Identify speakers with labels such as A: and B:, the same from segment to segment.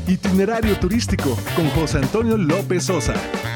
A: Itinerario turístico con José Antonio López Sosa.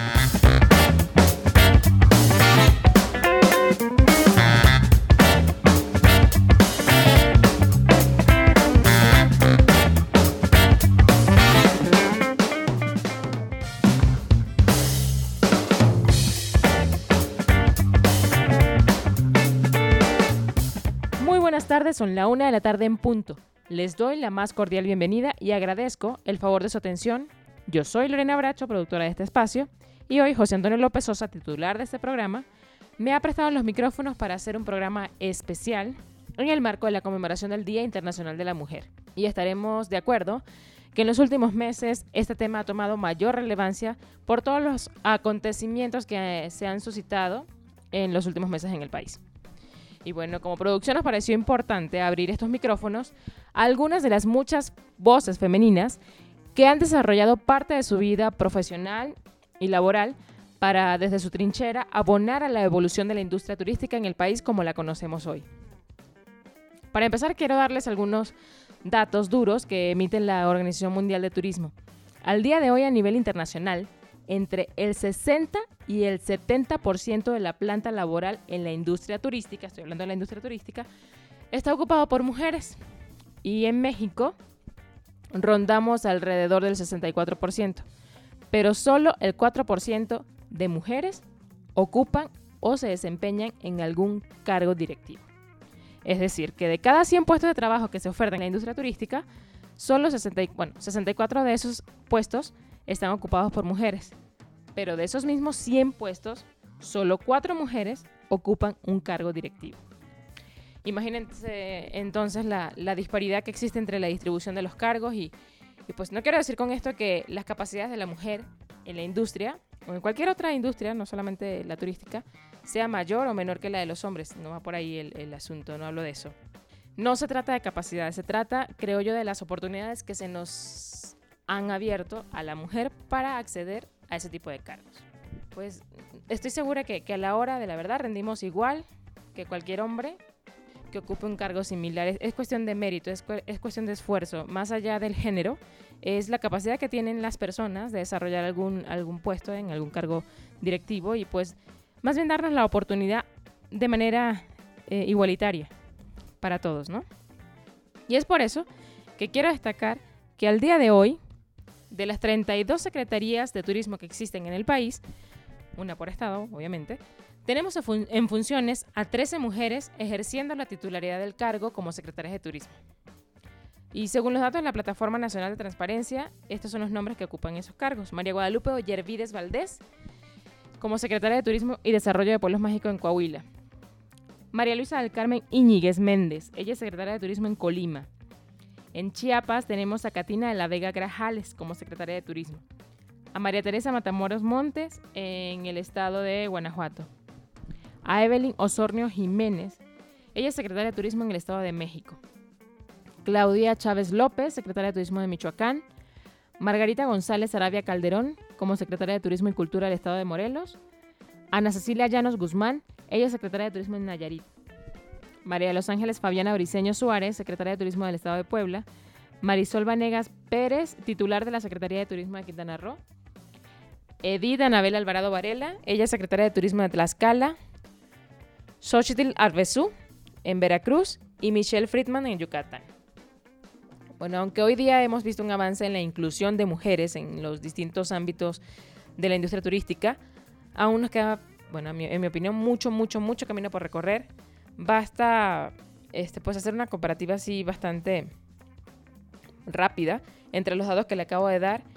B: Muy buenas tardes, son la 1 de la tarde en punto. Les doy la más cordial bienvenida y agradezco el favor de su atención. Yo soy Lorena Bracho, productora de este espacio, y hoy José Antonio López Sosa, titular de este programa, me ha prestado los micrófonos para hacer un programa especial en el marco de la conmemoración del Día Internacional de la Mujer. Y estaremos de acuerdo que en los últimos meses este tema ha tomado mayor relevancia por todos los acontecimientos que se han suscitado en los últimos meses en el país. Y bueno, como producción nos pareció importante abrir estos micrófonos a algunas de las muchas voces femeninas que han desarrollado parte de su vida profesional y laboral para, desde su trinchera, abonar a la evolución de la industria turística en el país como la conocemos hoy. Para empezar, quiero darles algunos datos duros que emite la Organización Mundial de Turismo. Al día de hoy, a nivel internacional, entre el 60 y el 70% de la planta laboral en la industria turística, estoy hablando de la industria turística, está ocupado por mujeres. Y en México rondamos alrededor del 64%, pero solo el 4% de mujeres ocupan o se desempeñan en algún cargo directivo. Es decir, que de cada 100 puestos de trabajo que se ofertan en la industria turística, solo 64 de esos puestos están ocupados por mujeres. Pero de esos mismos 100 puestos, solo 4 mujeres ocupan un cargo directivo. Imagínense entonces la disparidad que existe entre la distribución de los cargos y pues no quiero decir con esto que las capacidades de la mujer en la industria o en cualquier otra industria, no solamente la turística, sea mayor o menor que la de los hombres. No va por ahí el asunto, no hablo de eso. No se trata de capacidades, se trata, creo yo, de las oportunidades que se nos han abierto a la mujer para acceder a ese tipo de cargos. Pues estoy segura que a la hora de la verdad rendimos igual que cualquier hombre que ocupe un cargo similar. Es cuestión de mérito, es cuestión de esfuerzo. Más allá del género, es la capacidad que tienen las personas de desarrollar algún puesto en algún cargo directivo y pues más bien darnos la oportunidad de manera igualitaria para todos, ¿no? Y es por eso que quiero destacar que al día de hoy, de las 32 secretarías de turismo que existen en el país, una por estado, obviamente, tenemos en funciones a 13 mujeres ejerciendo la titularidad del cargo como secretarias de turismo. Y según los datos de la Plataforma Nacional de Transparencia, estos son los nombres que ocupan esos cargos. María Guadalupe Ollervides Valdés, como secretaria de Turismo y Desarrollo de Pueblos Mágicos en Coahuila. María Luisa del Carmen Íñiguez Méndez, ella es secretaria de Turismo en Colima. En Chiapas tenemos a Katina de la Vega Grajales como secretaria de Turismo. A María Teresa Matamoros Montes en el estado de Guanajuato. A Evelyn Osornio Jiménez, ella es secretaria de Turismo en el estado de México. Claudia Chávez López, secretaria de Turismo de Michoacán. Margarita González Arabia Calderón como secretaria de Turismo y Cultura del estado de Morelos. Ana Cecilia Llanos Guzmán, ella es secretaria de Turismo en Nayarit. María de los Ángeles Fabiana Briceño Suárez, secretaria de Turismo del Estado de Puebla. Marisol Vanegas Pérez, titular de la Secretaría de Turismo de Quintana Roo. Edith Anabel Alvarado Varela, ella es secretaria de Turismo de Tlaxcala. Xochitl Arvezú, en Veracruz. Y Michelle Friedman, en Yucatán. Bueno, aunque hoy día hemos visto un avance en la inclusión de mujeres en los distintos ámbitos de la industria turística, aún nos queda, bueno, en mi opinión, mucho camino por recorrer. Basta pues hacer una comparativa así bastante rápida entre los datos que le acabo de dar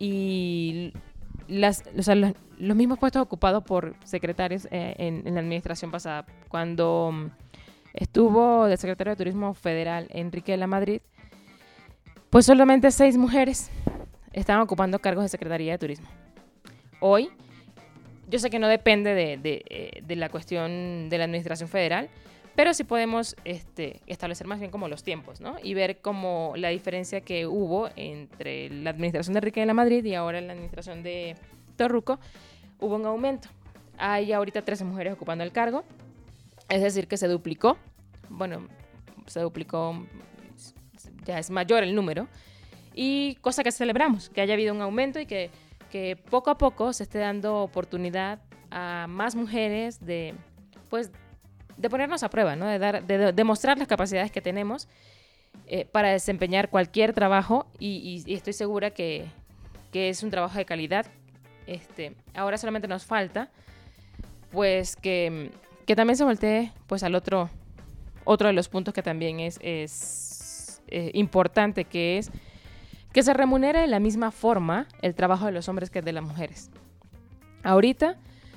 B: y los mismos puestos ocupados por secretarios en la administración pasada. Cuando estuvo de secretario de Turismo Federal Enrique de la Madrid, pues solamente 6 mujeres estaban ocupando cargos de Secretaría de Turismo. Hoy, yo sé que no depende de la cuestión de la administración federal, pero sí podemos establecer más bien como los tiempos, ¿no? Y ver como la diferencia que hubo entre la administración de Enrique de la Madrid y ahora la administración de Torruco, hubo un aumento. Hay ahorita 13 mujeres ocupando el cargo, es decir que se duplicó, ya es mayor el número, y cosa que celebramos, que haya habido un aumento y que poco a poco se esté dando oportunidad a más mujeres de ponernos a prueba, ¿no? De demostrar las capacidades que tenemos para desempeñar cualquier trabajo y estoy segura que es un trabajo de calidad. Ahora solamente nos falta pues que también se voltee pues al otro de los puntos que también es importante, que es que se remunere de la misma forma el trabajo de los hombres que el de las mujeres. Ahorita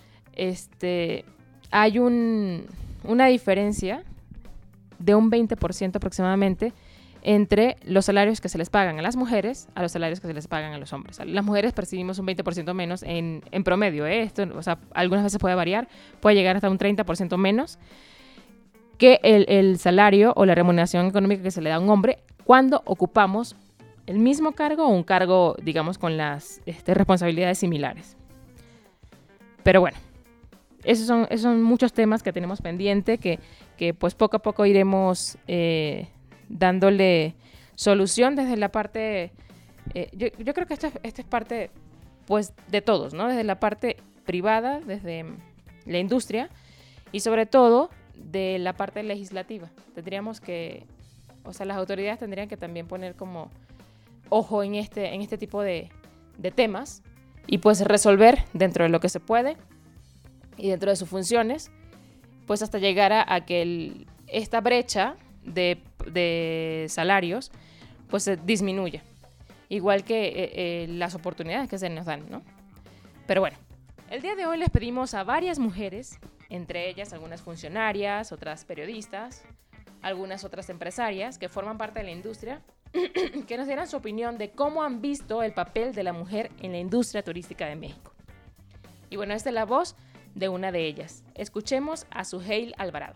B: hay una diferencia de un 20% aproximadamente entre los salarios que se les pagan a las mujeres a los salarios que se les pagan a los hombres. Las mujeres percibimos un 20% menos en promedio. Esto, o sea, algunas veces puede variar, puede llegar hasta un 30% menos que el salario o la remuneración económica que se le da a un hombre cuando ocupamos el mismo cargo o un cargo, digamos, con las responsabilidades similares. Pero bueno, esos son muchos temas que tenemos pendiente, que pues poco a poco iremos dándole solución desde la parte... yo creo que esto es parte pues de todos, ¿no? Desde la parte privada, desde la industria y sobre todo de la parte legislativa. Tendríamos que... O sea, las autoridades tendrían que también poner como ojo en este tipo de temas y pues resolver dentro de lo que se puede y dentro de sus funciones, pues hasta llegar a que esta brecha de salarios pues se disminuya, igual que las oportunidades que se nos dan, ¿no? Pero bueno, el día de hoy les pedimos a varias mujeres, entre ellas algunas funcionarias, otras periodistas, algunas otras empresarias que forman parte de la industria, que nos dieran su opinión de cómo han visto el papel de la mujer en la industria turística de México. Y bueno, esta es la voz de una de ellas. Escuchemos a Suheil Alvarado.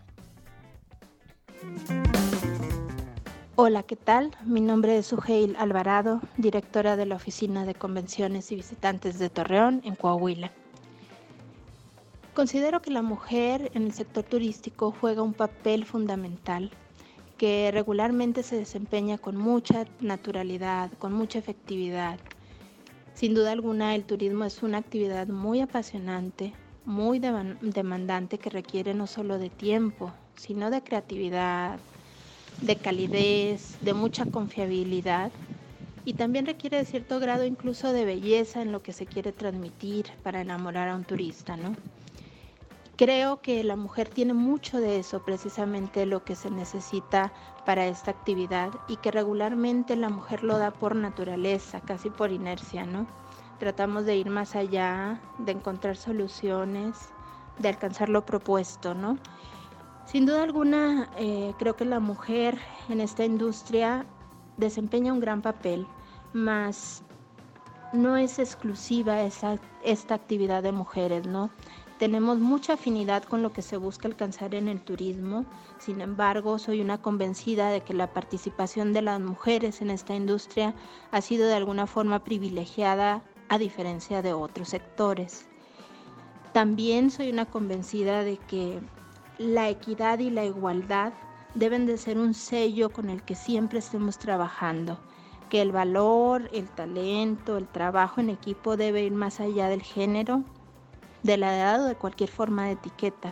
C: Hola, ¿qué tal? Mi nombre es Suheil Alvarado, directora de la Oficina de Convenciones y Visitantes de Torreón, en Coahuila. Considero que la mujer en el sector turístico juega un papel fundamental, que regularmente se desempeña con mucha naturalidad, con mucha efectividad. Sin duda alguna, el turismo es una actividad muy apasionante, muy demandante, que requiere no solo de tiempo, sino de creatividad, de calidez, de mucha confiabilidad, y también requiere de cierto grado incluso de belleza en lo que se quiere transmitir para enamorar a un turista, ¿no? Creo que la mujer tiene mucho de eso, precisamente lo que se necesita para esta actividad, y que regularmente la mujer lo da por naturaleza, casi por inercia, ¿no? Tratamos de ir más allá, de encontrar soluciones, de alcanzar lo propuesto, ¿no? Sin duda alguna, creo que la mujer en esta industria desempeña un gran papel, mas no es exclusiva esta actividad de mujeres, ¿no? Tenemos mucha afinidad con lo que se busca alcanzar en el turismo. Sin embargo, soy una convencida de que la participación de las mujeres en esta industria ha sido de alguna forma privilegiada, a diferencia de otros sectores. También soy una convencida de que la equidad y la igualdad deben de ser un sello con el que siempre estemos trabajando, que el valor, el talento, el trabajo en equipo debe ir más allá del género, de la edad o de cualquier forma de etiqueta.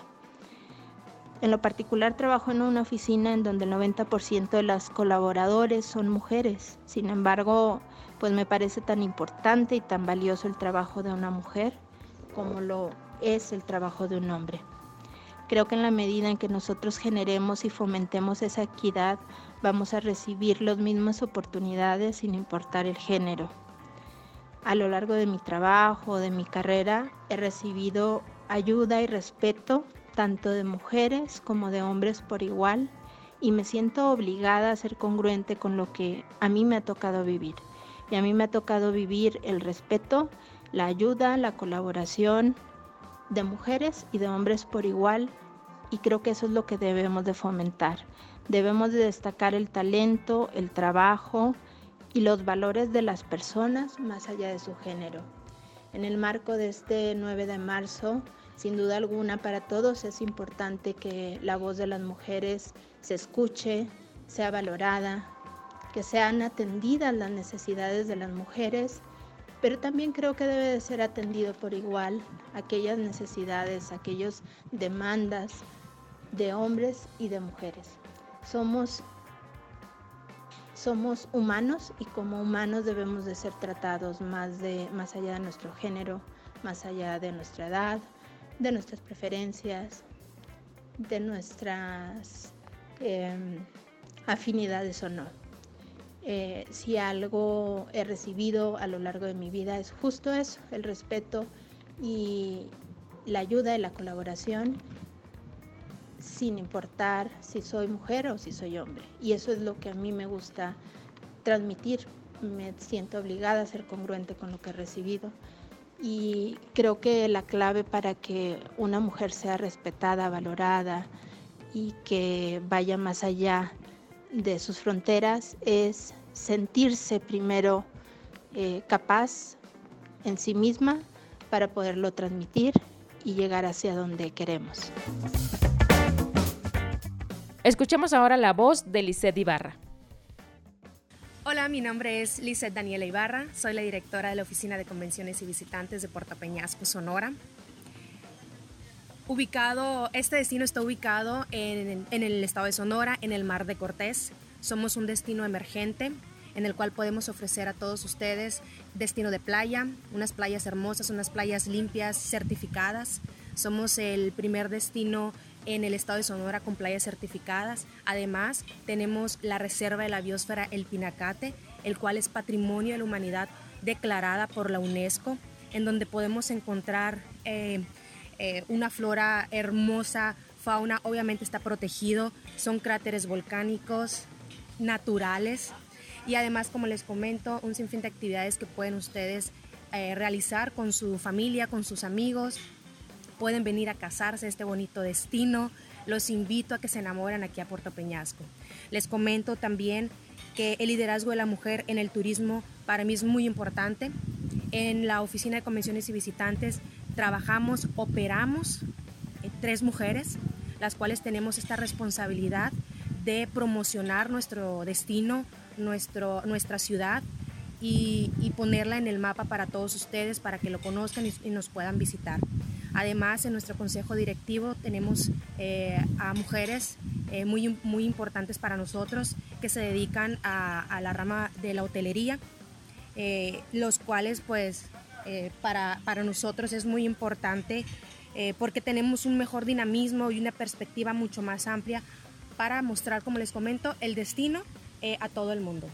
C: En lo particular, trabajo en una oficina en donde el 90% de las colaboradores son mujeres. Sin embargo, pues me parece tan importante y tan valioso el trabajo de una mujer como lo es el trabajo de un hombre. Creo que en la medida en que nosotros generemos y fomentemos esa equidad, vamos a recibir las mismas oportunidades sin importar el género. A lo largo de mi trabajo, de mi carrera, he recibido ayuda y respeto tanto de mujeres como de hombres por igual, y me siento obligada a ser congruente con lo que a mí me ha tocado vivir. Y a mí me ha tocado vivir el respeto, la ayuda, la colaboración de mujeres y de hombres por igual, y creo que eso es lo que debemos de fomentar. Debemos de destacar el talento, el trabajo y los valores de las personas más allá de su género. En el marco de este 9 de marzo, sin duda alguna para todos es importante que la voz de las mujeres se escuche, sea valorada, que sean atendidas las necesidades de las mujeres, pero también creo que debe de ser atendido por igual aquellas necesidades, aquellas demandas de hombres y de mujeres. Somos humanos y como humanos debemos de ser tratados más allá de nuestro género, más allá de nuestra edad, de nuestras preferencias, de nuestras afinidades o no. Si algo he recibido a lo largo de mi vida es justo eso, el respeto y la ayuda y la colaboración, sin importar si soy mujer o si soy hombre. Y eso es lo que a mí me gusta transmitir. Me siento obligada a ser congruente con lo que he recibido. Y creo que la clave para que una mujer sea respetada, valorada y que vaya más allá de sus fronteras es sentirse primero capaz en sí misma para poderlo transmitir y llegar hacia donde queremos.
B: Escuchemos ahora la voz de Lisette Ibarra.
D: Hola, mi nombre es Lisette Daniela Ibarra, soy la directora de la Oficina de Convenciones y Visitantes de Puerto Peñasco, Sonora. Este destino está ubicado en el estado de Sonora, en el Mar de Cortés. Somos un destino emergente en el cual podemos ofrecer a todos ustedes destino de playa, unas playas hermosas, unas playas limpias, certificadas. Somos el primer destino en el estado de Sonora con playas certificadas. Además, tenemos la Reserva de la Biosfera El Pinacate, el cual es Patrimonio de la Humanidad declarada por la UNESCO, en donde podemos encontrar una flora hermosa, fauna obviamente está protegido, son cráteres volcánicos naturales y además, como les comento, un sinfín de actividades que pueden ustedes realizar con su familia, con sus amigos. Pueden venir a casarse a este bonito destino. Los invito a que se enamoren aquí a Puerto Peñasco. Les comento también que el liderazgo de la mujer en el turismo para mí es muy importante. En la Oficina de Convenciones y Visitantes operamos 3 mujeres, las cuales tenemos esta responsabilidad de promocionar nuestro destino, nuestra ciudad y ponerla en el mapa para todos ustedes, para que lo conozcan y nos puedan visitar. Además, en nuestro consejo directivo tenemos a mujeres muy importantes para nosotros que se dedican a la rama de la hotelería, los cuales pues para nosotros es muy importante porque tenemos un mejor dinamismo y una perspectiva mucho más amplia para mostrar, como les comento, el destino a todo el mundo.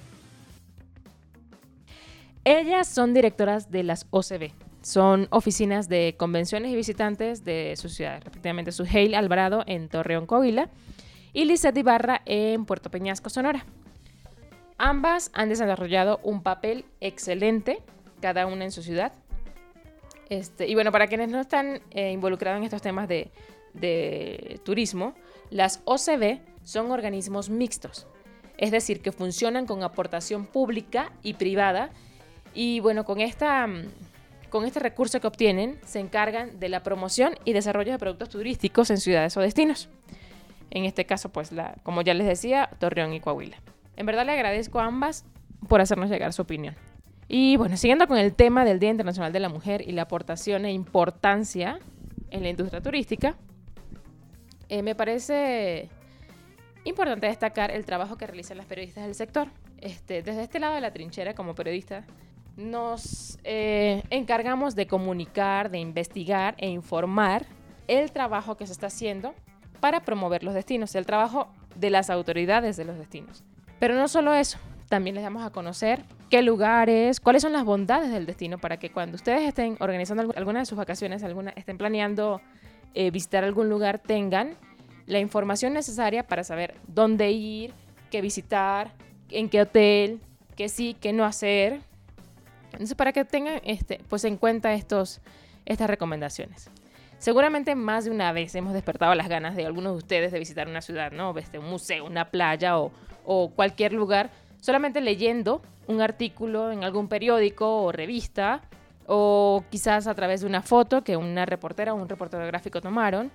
B: Ellas son directoras de las OCB. Son oficinas de convenciones y visitantes de sus ciudades, respectivamente Suheil Alvarado en Torreón, Coahuila, y Lisette Ibarra en Puerto Peñasco, Sonora. Ambas han desarrollado un papel excelente, cada una en su ciudad. Y bueno, para quienes no están involucrados en estos temas de turismo, las OCB son organismos mixtos, es decir, que funcionan con aportación pública y privada, y bueno, con este recurso que obtienen, se encargan de la promoción y desarrollo de productos turísticos en ciudades o destinos. En este caso, pues, como ya les decía, Torreón y Coahuila. En verdad le agradezco a ambas por hacernos llegar su opinión. Y bueno, siguiendo con el tema del Día Internacional de la Mujer y la aportación e importancia en la industria turística, me parece importante destacar el trabajo que realizan las periodistas del sector. Desde este lado de la trinchera, como periodistas, nos encargamos de comunicar, de investigar e informar el trabajo que se está haciendo para promover los destinos, el trabajo de las autoridades de los destinos. Pero no solo eso, también les damos a conocer qué lugares, cuáles son las bondades del destino para que cuando ustedes estén organizando alguna de sus vacaciones, estén planeando visitar algún lugar, tengan la información necesaria para saber dónde ir, qué visitar, en qué hotel, qué sí, qué no hacer. Entonces, para que tengan pues en cuenta estas recomendaciones. Seguramente más de una vez hemos despertado las ganas de algunos de ustedes de visitar una ciudad, ¿no? Un museo, una playa o cualquier lugar, solamente leyendo un artículo en algún periódico o revista, o quizás a través de una foto que una reportera o un reportero gráfico tomaron,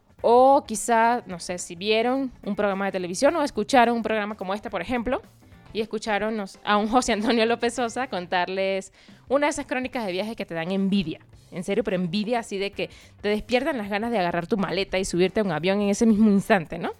B: o quizás, no sé, si vieron un programa de televisión o escucharon un programa como este, por ejemplo, y escucharon a un José Antonio López Sosa contarles una de esas crónicas de viaje que te dan envidia. En serio, pero envidia así de que te despiertan las ganas de agarrar tu maleta y subirte a un avión en ese mismo instante, ¿no?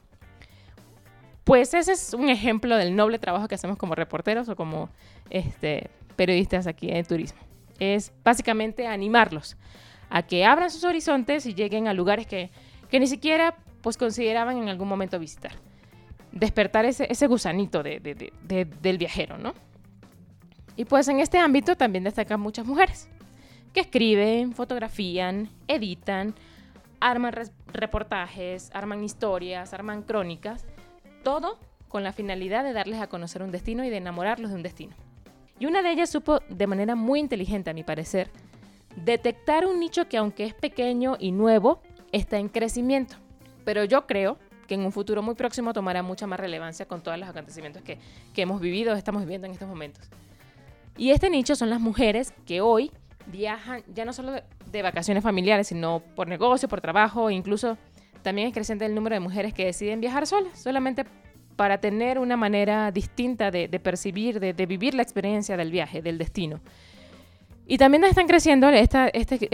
B: Pues ese es un ejemplo del noble trabajo que hacemos como reporteros o como periodistas aquí en turismo. Es básicamente animarlos a que abran sus horizontes y lleguen a lugares que ni siquiera pues consideraban en algún momento visitar. Despertar ese gusanito del viajero, ¿no? Y pues en este ámbito también destacan muchas mujeres que escriben, fotografían, editan, arman reportajes, arman historias, arman crónicas, todo con la finalidad de darles a conocer un destino y de enamorarlos de un destino. Y una de ellas supo, de manera muy inteligente a mi parecer, detectar un nicho que aunque es pequeño y nuevo, está en crecimiento. Pero yo creo que en un futuro muy próximo tomará mucha más relevancia con todos los acontecimientos que hemos vivido, estamos viviendo en estos momentos. Y este nicho son las mujeres que hoy viajan ya no solo de vacaciones familiares, sino por negocio, por trabajo, e incluso también es creciente el número de mujeres que deciden viajar solas, solamente para tener una manera distinta de percibir, de vivir la experiencia del viaje, del destino. Y también están creciendo esta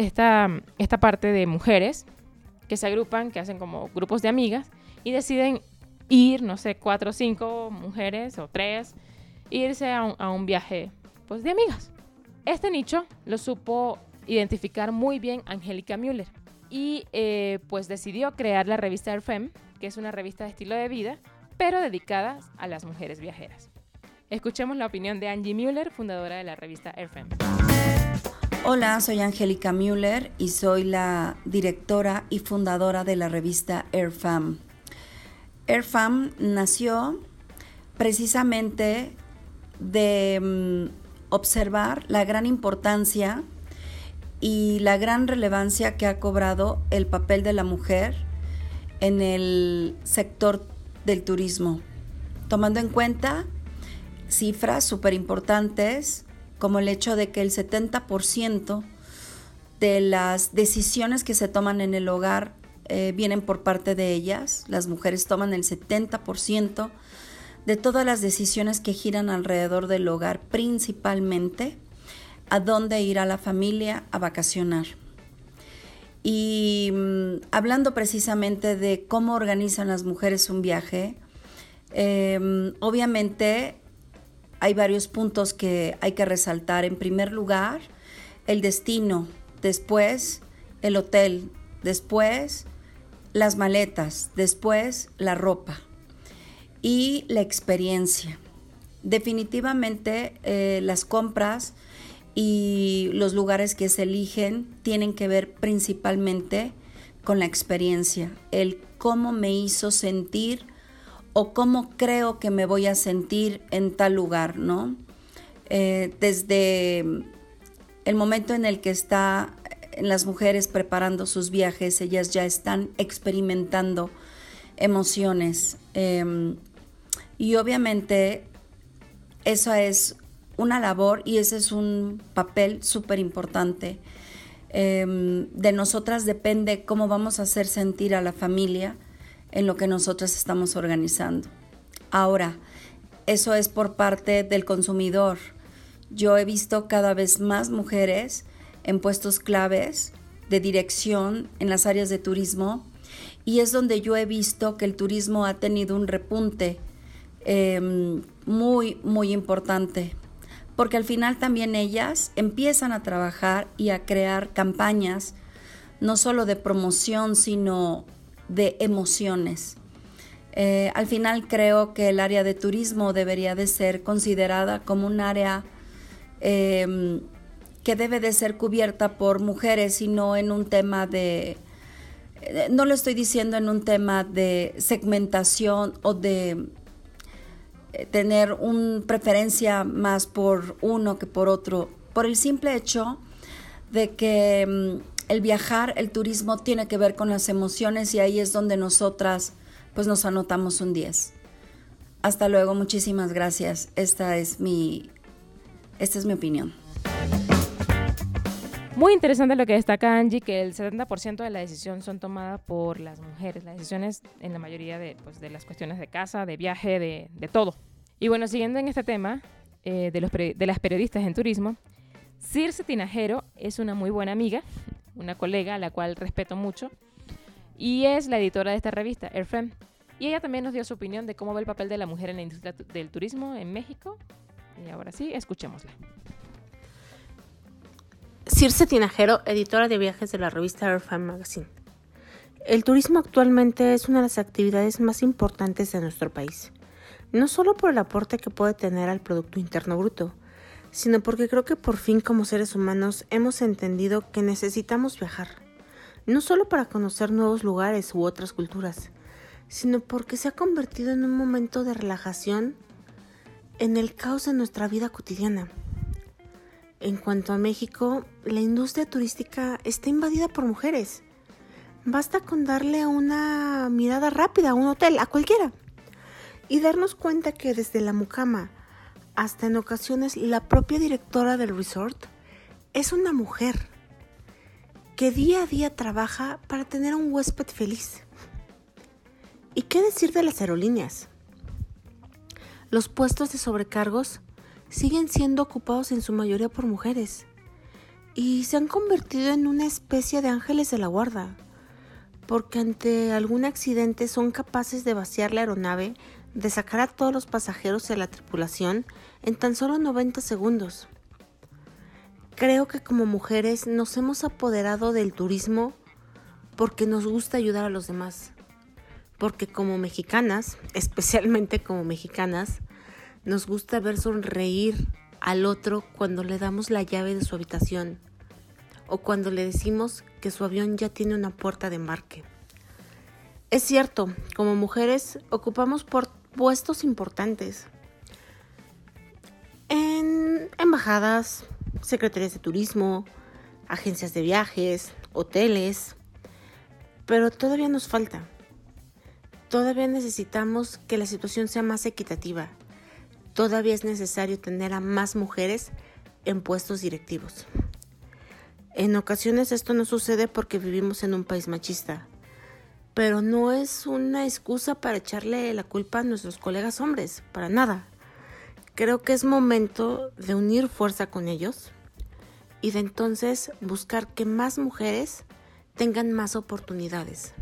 B: parte de mujeres que se agrupan, que hacen como grupos de amigas y deciden ir, no sé, 4 o 5 mujeres o 3, irse a un viaje pues, de amigas. Este nicho lo supo identificar muy bien Angélica Müller y pues decidió crear la revista Air Femme, que es una revista de estilo de vida, pero dedicada a las mujeres viajeras. Escuchemos la opinión de Angie Müller, fundadora de la revista Air Femme.
E: Hola, soy Angélica Müller y soy la directora y fundadora de la revista Air Femme. Air Femme nació precisamente de observar la gran importancia y la gran relevancia que ha cobrado el papel de la mujer en el sector del turismo, tomando en cuenta cifras súper importantes como el hecho de que el 70% de las decisiones que se toman en el hogar vienen por parte de ellas. Las mujeres toman el 70% de todas las decisiones que giran alrededor del hogar, principalmente a dónde ir a la familia a vacacionar. Y hablando precisamente de cómo organizan las mujeres un viaje, obviamente hay varios puntos que hay que resaltar. En primer lugar, el destino, después el hotel, después las maletas, después la ropa y la experiencia. Definitivamente las compras y los lugares que se eligen tienen que ver principalmente con la experiencia, el cómo me hizo sentir o cómo creo que me voy a sentir en tal lugar, ¿no? Desde el momento en el que están las mujeres preparando sus viajes, ellas ya están experimentando emociones. Y obviamente esa es una labor y ese es un papel súper importante. De nosotras depende cómo vamos a hacer sentir a la familia en lo que nosotras estamos organizando. Ahora, eso es por parte del consumidor. Yo he visto cada vez más mujeres en puestos claves de dirección en las áreas de turismo y es donde yo he visto que el turismo ha tenido un repunte muy, muy importante, porque al final también ellas empiezan a trabajar y a crear campañas, no solo de promoción, sino de emociones. Al final creo que el área de turismo debería de ser considerada como un área que debe de ser cubierta por mujeres y no en un tema de, no lo estoy diciendo en un tema de segmentación o de tener una preferencia más por uno que por otro, por el simple hecho de que el viajar, el turismo tiene que ver con las emociones y ahí es donde nosotras pues nos anotamos un 10. Hasta luego, muchísimas gracias. Esta es mi opinión.
B: Muy interesante lo que destaca Angie, que el 70% de la decisión son tomadas por las mujeres. Las decisiones en la mayoría de las cuestiones de casa, de viaje, de todo. Y bueno, siguiendo en este tema de las periodistas en turismo, Circe Tinajero es una muy buena amiga, una colega a la cual respeto mucho, y es la editora de esta revista, Airframe. Y ella también nos dio su opinión de cómo ve el papel de la mujer en la industria del turismo en México. Y ahora sí, escuchémosla.
F: Circe Tinajero, editora de viajes de la revista Airframe Magazine. El turismo actualmente es una de las actividades más importantes de nuestro país. No solo por el aporte que puede tener al Producto Interno Bruto, sino porque creo que por fin como seres humanos hemos entendido que necesitamos viajar. No solo para conocer nuevos lugares u otras culturas, sino porque se ha convertido en un momento de relajación en el caos de nuestra vida cotidiana. En cuanto a México, la industria turística está invadida por mujeres. Basta con darle una mirada rápida a un hotel, a cualquiera, y darnos cuenta que desde la mucama hasta en ocasiones la propia directora del resort es una mujer que día a día trabaja para tener un huésped feliz. ¿Y qué decir de las aerolíneas? Los puestos de sobrecargos siguen siendo ocupados en su mayoría por mujeres y se han convertido en una especie de ángeles de la guarda, porque ante algún accidente son capaces de vaciar la aeronave, de sacar a todos los pasajeros y a la tripulación en tan solo 90 segundos. Creo que como mujeres nos hemos apoderado del turismo porque nos gusta ayudar a los demás. Porque como mexicanas, especialmente como mexicanas, nos gusta ver sonreír al otro cuando le damos la llave de su habitación o cuando le decimos que su avión ya tiene una puerta de embarque. Es cierto, como mujeres ocupamos puestos importantes en embajadas, secretarías de turismo, agencias de viajes, hoteles, pero todavía nos falta. Todavía necesitamos que la situación sea más equitativa. Todavía es necesario tener a más mujeres en puestos directivos. En ocasiones esto no sucede porque vivimos en un país machista, pero no es una excusa para echarle la culpa a nuestros colegas hombres, para nada. Creo que es momento de unir fuerza con ellos y de entonces buscar que más mujeres tengan más oportunidades.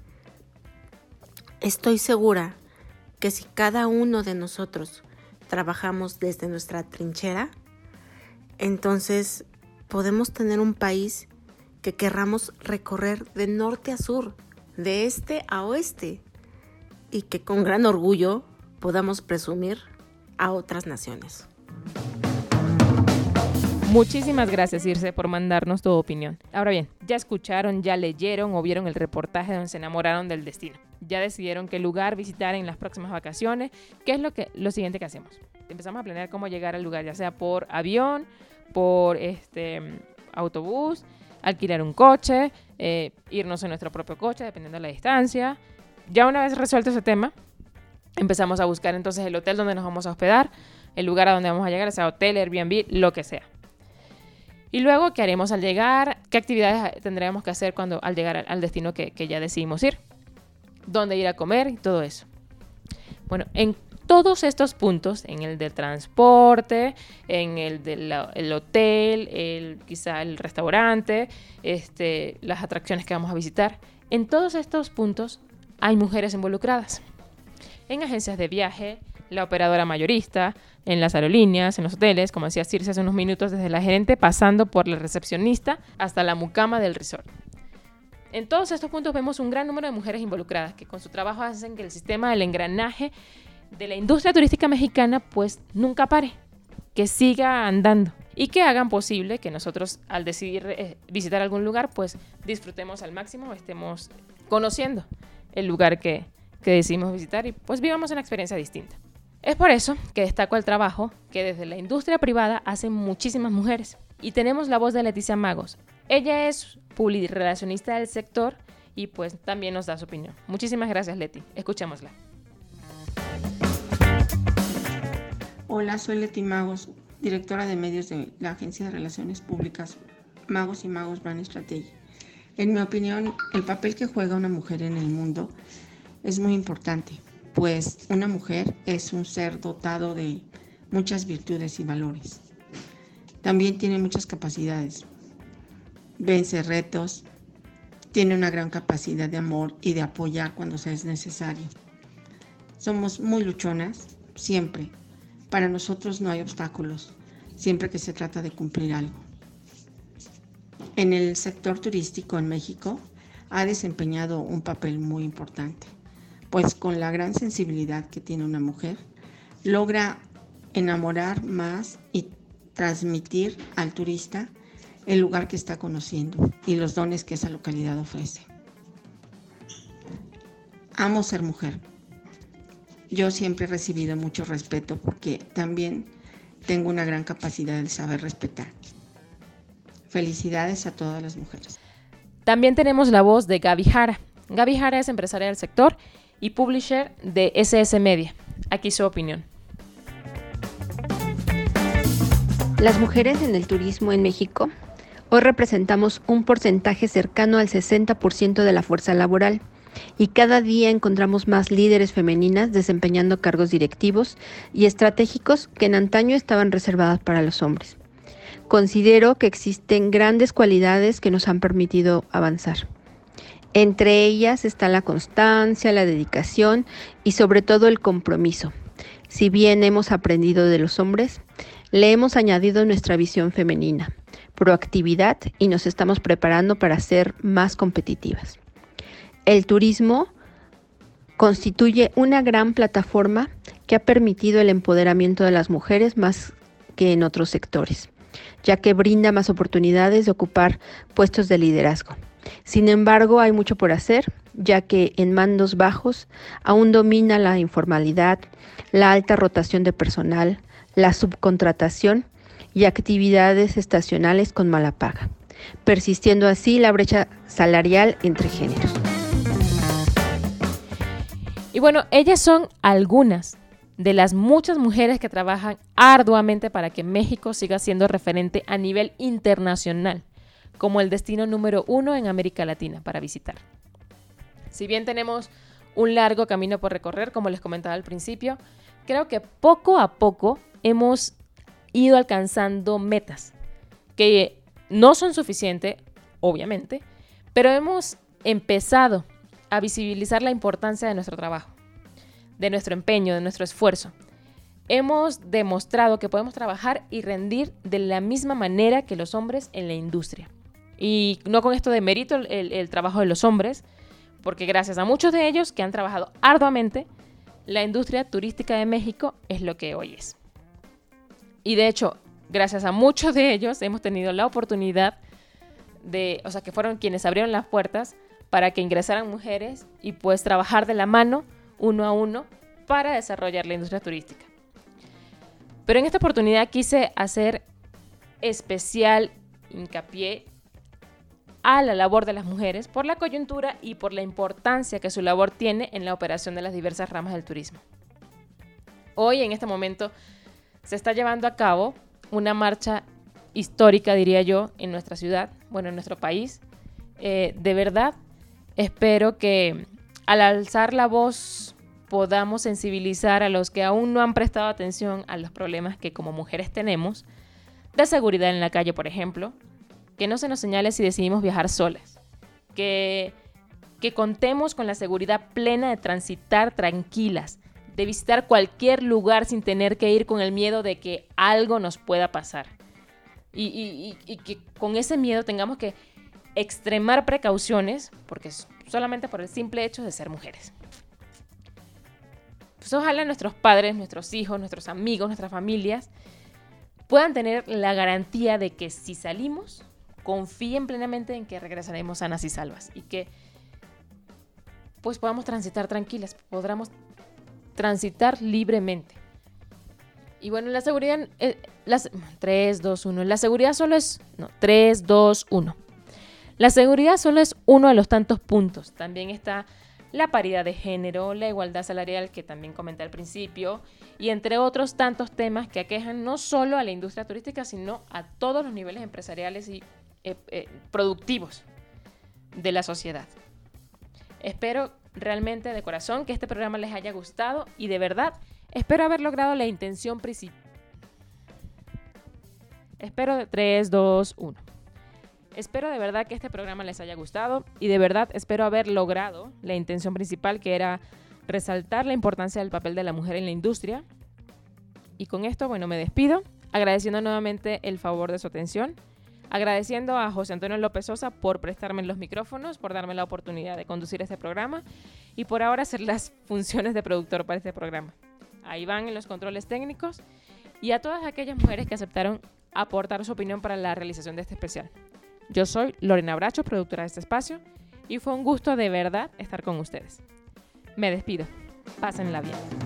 F: Estoy segura que si cada uno de nosotros trabajamos desde nuestra trinchera, entonces podemos tener un país que querramos recorrer de norte a sur, de este a oeste, y que con gran orgullo podamos presumir a otras naciones.
B: Muchísimas gracias, Circe, por mandarnos tu opinión. Ahora bien, ya escucharon, ya leyeron o vieron el reportaje donde se enamoraron del destino. Ya decidieron qué lugar visitar en las próximas vacaciones. ¿Qué es lo siguiente que hacemos? Empezamos a planear cómo llegar al lugar, ya sea por avión, por autobús, alquilar un coche, irnos en nuestro propio coche, dependiendo de la distancia. Ya una vez resuelto ese tema, empezamos a buscar entonces el hotel donde nos vamos a hospedar, el lugar a donde vamos a llegar, sea hotel, Airbnb, lo que sea. Y luego, ¿qué haremos al llegar? ¿Qué actividades tendremos que hacer al llegar al destino que ya decidimos ir? ¿Dónde ir a comer? Y todo eso. Bueno, en todos estos puntos, en el del transporte, en el del hotel, quizá el restaurante, las atracciones que vamos a visitar, en todos estos puntos hay mujeres involucradas. En agencias de viaje, la operadora mayorista, en las aerolíneas, en los hoteles, como decía Circe hace unos minutos, desde la gerente pasando por la recepcionista hasta la mucama del resort. En todos estos puntos vemos un gran número de mujeres involucradas que con su trabajo hacen que el sistema del engranaje de la industria turística mexicana pues nunca pare, que siga andando y que hagan posible que nosotros al decidir visitar algún lugar pues disfrutemos al máximo, estemos conociendo el lugar que decidimos visitar y pues vivamos una experiencia distinta. Es por eso que destaco el trabajo que desde la industria privada hacen muchísimas mujeres. Y tenemos la voz de Leticia Magos. Ella es publirelacionista del sector y pues también nos da su opinión. Muchísimas gracias, Leti. Escuchémosla.
G: Hola, soy Leti Magos, directora de medios de la Agencia de Relaciones Públicas Magos y Magos Brand Strategy. En mi opinión, el papel que juega una mujer en el mundo es muy importante. pues una mujer es un ser dotado de muchas virtudes y valores. También tiene muchas capacidades, vence retos, tiene una gran capacidad de amor y de apoyar cuando sea necesario. Somos muy luchonas, siempre. Para nosotros no hay obstáculos, siempre que se trata de cumplir algo. En el sector turístico en México ha desempeñado un papel muy importante, pues con la gran sensibilidad que tiene una mujer, logra enamorar más y transmitir al turista el lugar que está conociendo y los dones que esa localidad ofrece. Amo ser mujer. Yo siempre he recibido mucho respeto porque también tengo una gran capacidad de saber respetar. Felicidades a todas las mujeres.
B: También tenemos la voz de Gaby Jara. Gaby Jara es empresaria del sector y publisher de SS Media. Aquí su opinión.
H: Las mujeres en el turismo en México hoy representamos un porcentaje cercano al 60% de la fuerza laboral y cada día encontramos más líderes femeninas desempeñando cargos directivos y estratégicos que en antaño estaban reservadas para los hombres. Considero que existen grandes cualidades que nos han permitido avanzar. Entre ellas está la constancia, la dedicación y sobre todo el compromiso. Si bien hemos aprendido de los hombres, le hemos añadido nuestra visión femenina, proactividad y nos estamos preparando para ser más competitivas. El turismo constituye una gran plataforma que ha permitido el empoderamiento de las mujeres más que en otros sectores, ya que brinda más oportunidades de ocupar puestos de liderazgo. Sin embargo, hay mucho por hacer, ya que en mandos bajos aún domina la informalidad, la alta rotación de personal, la subcontratación y actividades estacionales con mala paga, persistiendo así la brecha salarial entre géneros.
B: Y bueno, ellas son algunas de las muchas mujeres que trabajan arduamente para que México siga siendo referente a nivel internacional, como el destino número 1 en América Latina para visitar. Si bien tenemos un largo camino por recorrer, como les comentaba al principio, creo que poco a poco hemos ido alcanzando metas que no son suficientes, obviamente, pero hemos empezado a visibilizar la importancia de nuestro trabajo, de nuestro empeño, de nuestro esfuerzo. Hemos demostrado que podemos trabajar y rendir de la misma manera que los hombres en la industria. Y no con esto de mérito el trabajo de los hombres, porque gracias a muchos de ellos que han trabajado arduamente, la industria turística de México es lo que hoy es. Y de hecho, gracias a muchos de ellos hemos tenido la oportunidad que fueron quienes abrieron las puertas para que ingresaran mujeres y pues trabajar de la mano, uno a uno, para desarrollar la industria turística. Pero en esta oportunidad quise hacer especial hincapié a la labor de las mujeres por la coyuntura y por la importancia que su labor tiene en la operación de las diversas ramas del turismo. Hoy, en este momento, se está llevando a cabo una marcha histórica, diría yo, en nuestra ciudad, en nuestro país. De verdad, espero que al alzar la voz podamos sensibilizar a los que aún no han prestado atención a los problemas que como mujeres tenemos, de seguridad en la calle, por ejemplo, que no se nos señale si decidimos viajar solas, que contemos con la seguridad plena de transitar tranquilas, de visitar cualquier lugar sin tener que ir con el miedo de que algo nos pueda pasar. Y que con ese miedo tengamos que extremar precauciones, porque solamente por el simple hecho de ser mujeres. Pues ojalá nuestros padres, nuestros hijos, nuestros amigos, nuestras familias puedan tener la garantía de que si salimos, confíen plenamente en que regresaremos sanas y salvas y que pues podamos transitar tranquilas, podamos transitar libremente. Y bueno, la seguridad... 3, 2, 1. La seguridad solo es... 3, 2, 1. La seguridad solo es uno de los tantos puntos. También está la paridad de género, la igualdad salarial, que también comenté al principio, y entre otros tantos temas que aquejan no solo a la industria turística, sino a todos los niveles empresariales y productivos de la sociedad. Espero realmente de corazón que este programa les haya gustado y de verdad espero haber logrado la intención principal. Espero 3, 2, 1. Espero de verdad que este programa les haya gustado y de verdad espero haber logrado la intención principal, que era resaltar la importancia del papel de la mujer en la industria. Y con esto, bueno, me despido, agradeciendo nuevamente el favor de su atención, agradeciendo a José Antonio López Sosa por prestarme los micrófonos, por darme la oportunidad de conducir este programa y por ahora hacer las funciones de productor para este programa. A Iván en los controles técnicos y a todas aquellas mujeres que aceptaron aportar su opinión para la realización de este especial. Yo soy Lorena Bracho, productora de este espacio, y fue un gusto de verdad estar con ustedes. Me despido. Pásenla bien.